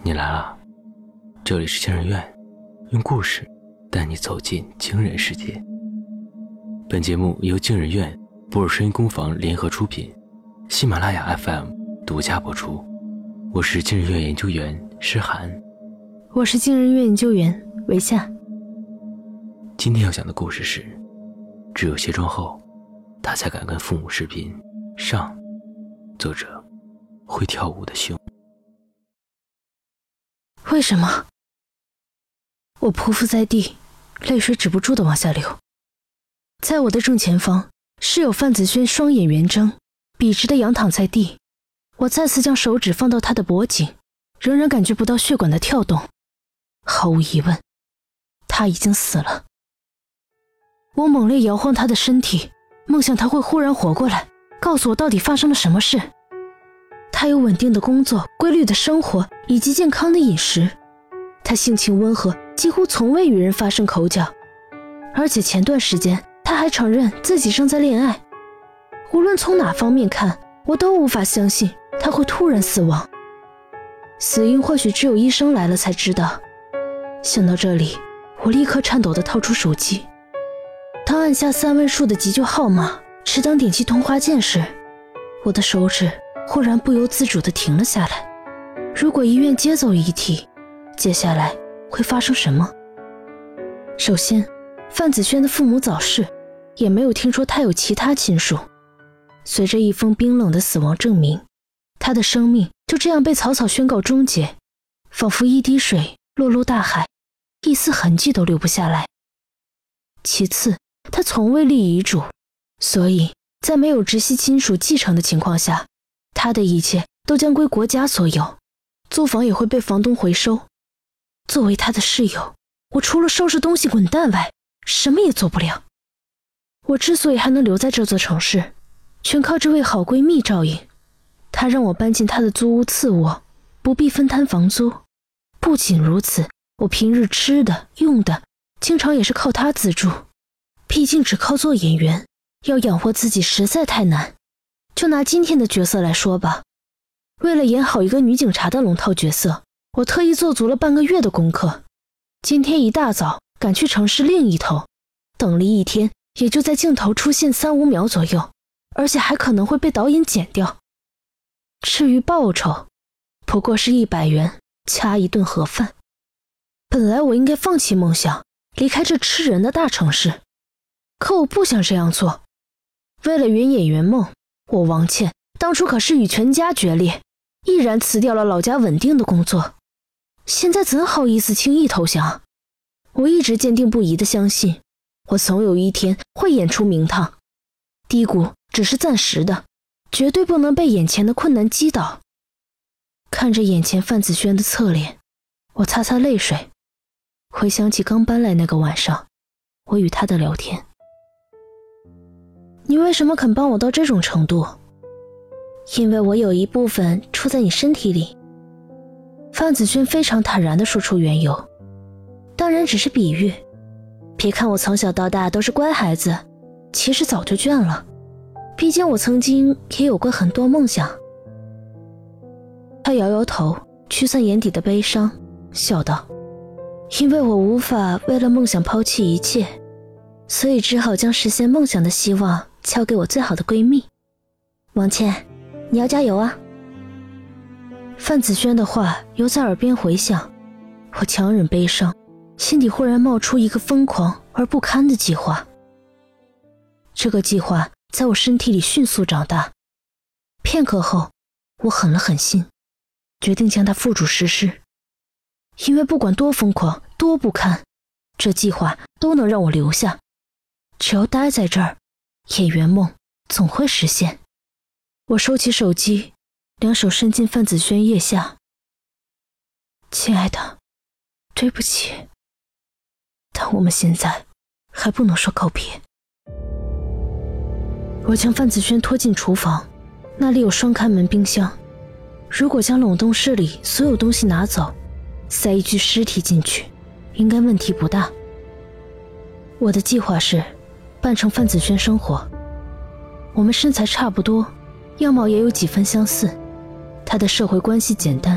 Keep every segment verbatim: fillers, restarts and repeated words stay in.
你来了，这里是惊人院，用故事带你走进惊人世界。本节目由惊人院、博尔声音工坊联合出品，喜马拉雅 F M 独家播出。我是惊人院研究员诗涵， 我是惊人院研究员维夏。 今天要讲的故事是，只有卸妆后，他才敢跟父母视频。上，作者会跳舞的熊。 为什么？我匍匐在地，泪水止不住地往下流。在我的正前方，室友范子轩双眼圆睁，笔直地仰躺在地。我再次将手指放到他的脖颈，仍然感觉不到血管的跳动。毫无疑问，他已经死了。我猛烈摇晃他的身体，梦想他会忽然活过来，告诉我到底发生了什么事。他有稳定的工作、规律的生活以及健康的饮食。他性情温和，几乎从未与人发生口角。而且前段时间他还承认自己正在恋爱。无论从哪方面看，我都无法相信他会突然死亡。死因或许只有医生来了才知道。想到这里，我立刻颤抖地掏出手机。当按下三位数的急救号码，持灯点击通话键时，我的手指忽然不由自主地停了下来。如果医院接走遗体，接下来会发生什么？首先，范子轩的父母早逝，也没有听说他有其他亲属。随着一封冰冷的死亡证明，他的生命就这样被草草宣告终结，仿佛一滴水落入大海，一丝痕迹都留不下来。其次，他从未立遗嘱，所以在没有直系亲属继承的情况下，他的一切都将归国家所有，租房也会被房东回收。作为他的室友，我除了收拾东西滚蛋外，什么也做不了。我之所以还能留在这座城市，全靠这位好闺蜜照应。她让我搬进她的租屋次卧，不必分摊房租。不仅如此，我平日吃的用的经常也是靠她资助。毕竟只靠做演员，要养活自己实在太难。就拿今天的角色来说吧，为了演好一个女警察的龙套角色，我特意做足了半个月的功课。今天一大早赶去城市另一头，等了一天，也就在镜头出现三五秒左右，而且还可能会被导演剪掉。至于报酬，不过是一百元加一顿盒饭。本来我应该放弃梦想，离开这吃人的大城市，可我不想这样做。为了圆演员梦，我王倩当初可是与全家决裂，毅然辞掉了老家稳定的工作。现在怎好意思轻易投降？我一直坚定不移地相信，我总有一天会演出名堂。低谷只是暂时的，绝对不能被眼前的困难击倒。看着眼前范子轩的侧脸，我擦擦泪水，回想起刚搬来那个晚上，我与他的聊天。你为什么肯帮我到这种程度？因为我有一部分住在你身体里。范子轩非常坦然地说出缘由，当然只是比喻。别看我从小到大都是乖孩子，其实早就倦了。毕竟我曾经也有过很多梦想。他摇摇头，驱散眼底的悲伤，笑道：因为我无法为了梦想抛弃一切，所以只好将实现梦想的希望交给我最好的闺蜜。王倩，你要加油啊！范子轩的话犹在耳边回响，我强忍悲伤，心底忽然冒出一个疯狂而不堪的计划。这个计划在我身体里迅速长大。片刻后，我狠了狠心，决定将它付诸实施。因为不管多疯狂多不堪，这计划都能让我留下。只要待在这儿，演员梦总会实现。我收起手机，两手伸进范子轩腋下。亲爱的，对不起，但我们现在还不能说告别。我将范子轩拖进厨房，那里有双开门冰箱。如果将冷冻室里所有东西拿走，塞一具尸体进去，应该问题不大。我的计划是扮成范子轩生活。我们身材差不多，样貌也有几分相似。他的社会关系简单，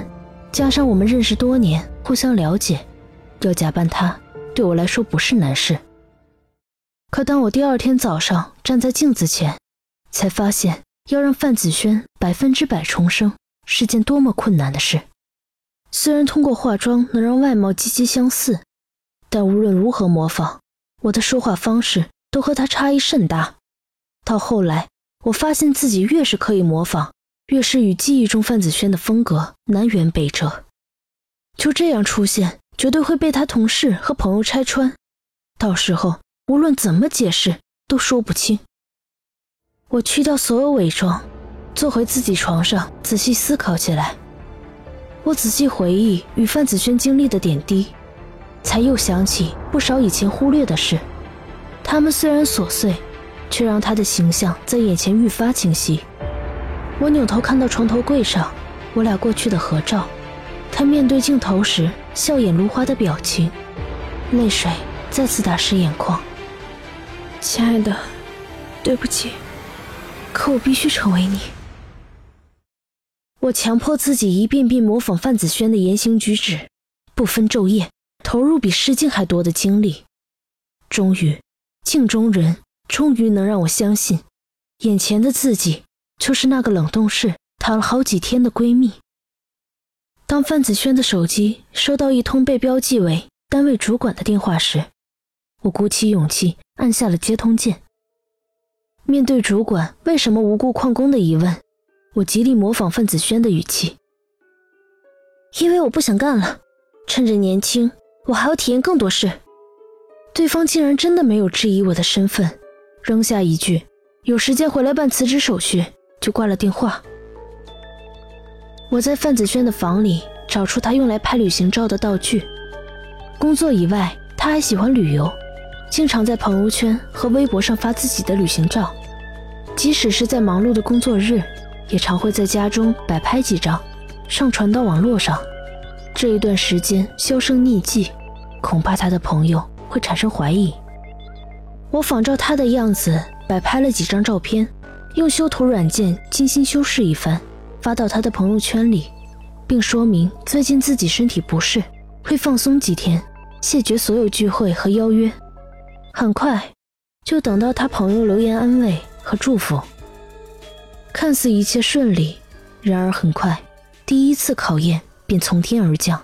加上我们认识多年，互相了解，要假扮他对我来说不是难事。可当我第二天早上站在镜子前，才发现要让范子轩百分之百重生是件多么困难的事。虽然通过化妆能让外貌极其相似，但无论如何模仿，我的说话方式都和他差异甚大。到后来，我发现自己越是刻意模仿，越是与记忆中范子轩的风格南辕北辙。就这样出现，绝对会被他同事和朋友拆穿，到时候无论怎么解释都说不清。我去掉所有伪装，坐回自己床上，仔细思考起来。我仔细回忆与范子轩经历的点滴，才又想起不少以前忽略的事。他们虽然琐碎，却让他的形象在眼前愈发清晰。我扭头看到床头柜上我俩过去的合照，他面对镜头时笑眼如花的表情，泪水再次打湿眼眶。亲爱的，对不起，可我必须成为你。我强迫自己一遍遍模仿范子轩的言行举止，不分昼夜，投入比试镜还多的精力。终于，镜中人终于能让我相信，眼前的自己就是那个冷冻室躺了好几天的闺蜜。当范子轩的手机收到一通被标记为单位主管的电话时，我鼓起勇气按下了接通键。面对主管为什么无故旷工的疑问，我极力模仿范子轩的语气。因为我不想干了，趁着年轻，我还要体验更多事。对方竟然真的没有质疑我的身份，扔下一句有时间回来办辞职手续，就挂了电话。我在范子轩的房里找出他用来拍旅行照的道具。工作以外，他还喜欢旅游，经常在朋友圈和微博上发自己的旅行照。即使是在忙碌的工作日，也常会在家中摆拍几张，上传到网络上。这一段时间销声匿迹，恐怕他的朋友会产生怀疑。我仿照他的样子摆拍了几张照片，用修图软件精心修饰一番，发到他的朋友圈里，并说明最近自己身体不适，会放松几天，谢绝所有聚会和邀约。很快就等到他朋友留言安慰和祝福。看似一切顺利，然而很快，第一次考验便从天而降。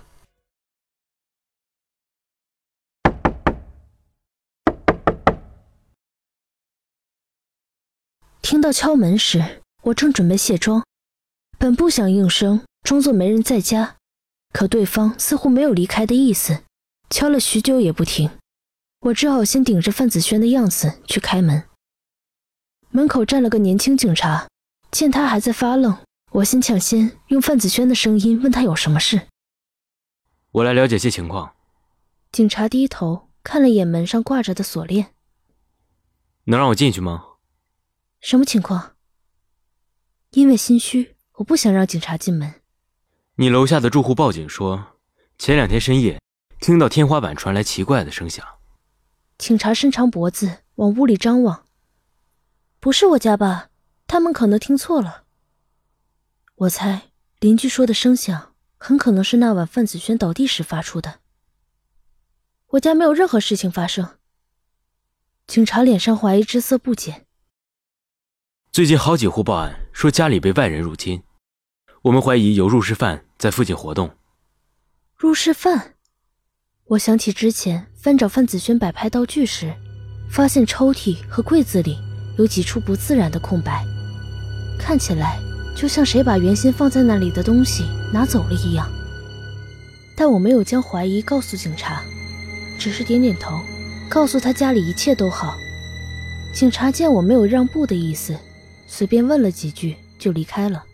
听到敲门时，我正准备卸妆，本不想应声装作没人在家，可对方似乎没有离开的意思，敲了许久也不停。我只好先顶着范子轩的样子去开门。门口站了个年轻警察，见他还在发愣，我先抢先用范子轩的声音问他有什么事。 我来了解些情况。 警察低头看了眼门上挂着的锁链。 能让我进去吗？ 什么情况？因为心虚，我不想让警察进门。 你楼下的住户报警说，前两天深夜听到天花板传来奇怪的声响。 警察伸长脖子往屋里张望。不是我家吧？他们可能听错了。我猜邻居说的声响很可能是那晚范子轩倒地时发出的。我家没有任何事情发生。警察脸上怀疑之色不减。 最近好几户报案说家里被外人入侵，我们怀疑有入室犯在附近活动。 入室犯？我想起之前翻找范子轩摆拍道具时，发现抽屉和柜子里有几处不自然的空白，看起来就像谁把原先放在那里的东西拿走了一样。但我没有将怀疑告诉警察，只是点点头，告诉他家里一切都好。警察见我没有让步的意思，随便问了几句就离开了。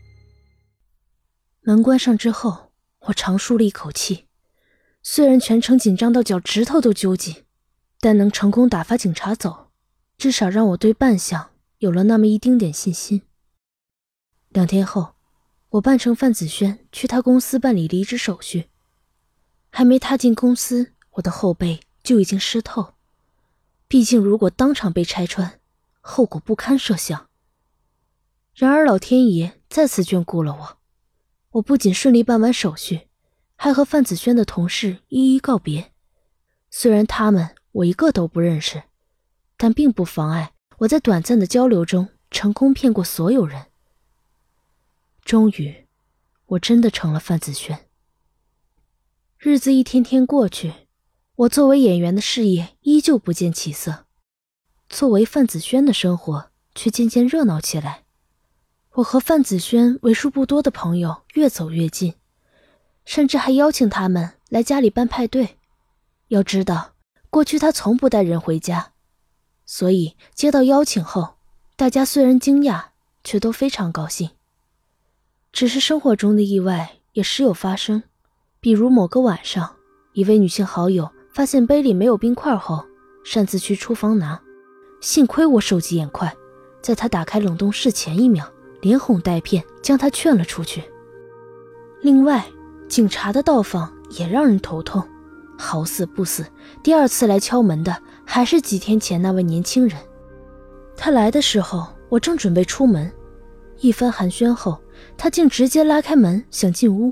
门关上之后，我长舒了一口气，虽然全程紧张到脚趾头都揪紧，但能成功打发警察走，至少让我对扮相有了那么一丁点信心。两天后，我扮成范子轩去他公司办理离职手续，还没踏进公司，我的后背就已经湿透。毕竟如果当场被拆穿，后果不堪设想。然而老天爷再次眷顾了我， 我不仅顺利办完手续，还和范子轩的同事一一告别。虽然他们我一个都不认识，但并不妨碍我在短暂的交流中成功骗过所有人。终于，我真的成了范子轩。日子一天天过去，我作为演员的事业依旧不见起色，作为范子轩的生活却渐渐热闹起来。我和范子轩为数不多的朋友越走越近，甚至还邀请他们来家里办派对。要知道，过去他从不带人回家，所以接到邀请后，大家虽然惊讶，却都非常高兴。只是生活中的意外也时有发生，比如某个晚上，一位女性好友发现杯里没有冰块后，擅自去厨房拿，幸亏我手疾眼快，在她打开冷冻室前一秒，连哄带骗将她劝了出去。另外，警察的到访也让人头痛，好死不死，第二次来敲门的还是几天前那位年轻人。他来的时候，我正准备出门，一番寒暄后，他竟直接拉开门想进屋。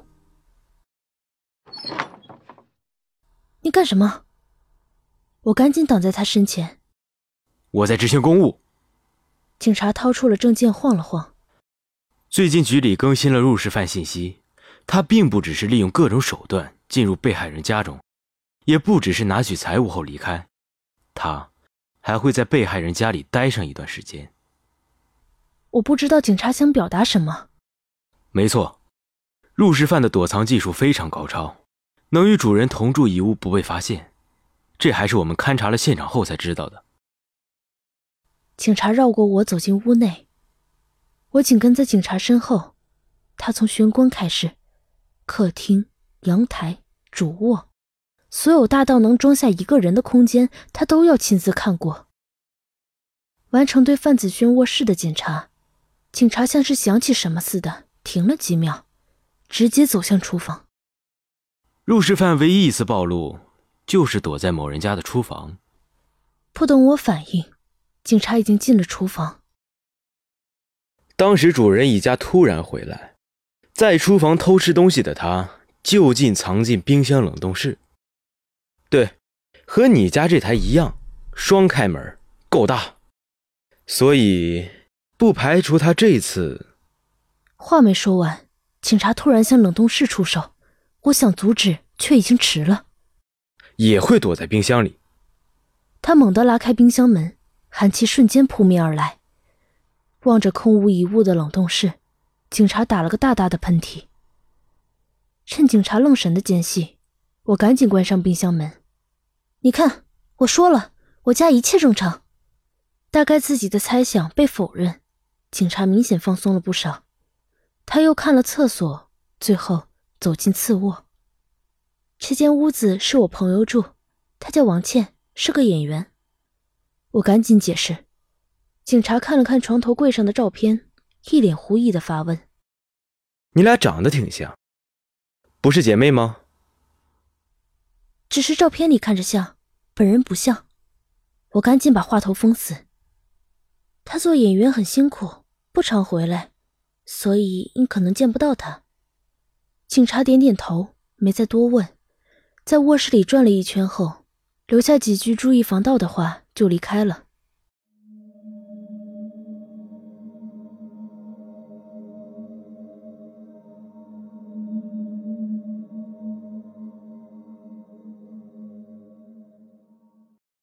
你干什么？我赶紧挡在他身前。 我在执行公务。 警察掏出了证件晃了晃。 最近局里更新了入室犯信息，他并不只是利用各种手段进入被害人家中，也不只是拿取财物后离开，他还会在被害人家里待上一段时间。 我不知道警察想表达什么。 没错，入室犯的躲藏技术非常高超，能与主人同住一屋不被发现，这还是我们勘察了现场后才知道的。 警察绕过我走进屋内，我紧跟在警察身后。他从玄关开始，客厅、阳台、主卧，所有大到能装下一个人的空间，他都要亲自看过。完成对范子轩卧室的检查，警察像是想起什么似的，停了几秒，直接走向厨房。 入室犯唯一一次暴露，就是躲在某人家的厨房。 不等我反应，警察已经进了厨房。 当时主人一家突然回来，在厨房偷吃东西的他就近藏进冰箱冷冻室。对，和你家这台一样，双开门，够大。所以不排除他这次…… 话没说完，警察突然向冷冻室出手，我想阻止，却已经迟了。 也会躲在冰箱里。 他猛地拉开冰箱门，寒气瞬间扑面而来。望着空无一物的冷冻室，警察打了个大大的喷嚏。趁警察愣神的间隙，我赶紧关上冰箱门。你看，我说了，我家一切正常。大概自己的猜想被否认，警察明显放松了不少。他又看了厕所，最后走进次卧。这间屋子是我朋友住，他叫王倩，是个演员。我赶紧解释。警察看了看床头柜上的照片，一脸狐疑地发问： 你俩长得挺像，不是姐妹吗？ 只是照片里看着像，本人不像。我赶紧把话头封死。他做演员很辛苦，不常回来，所以你可能见不到他。警察点点头，没再多问，在卧室里转了一圈后，留下几句注意防盗的话就离开了。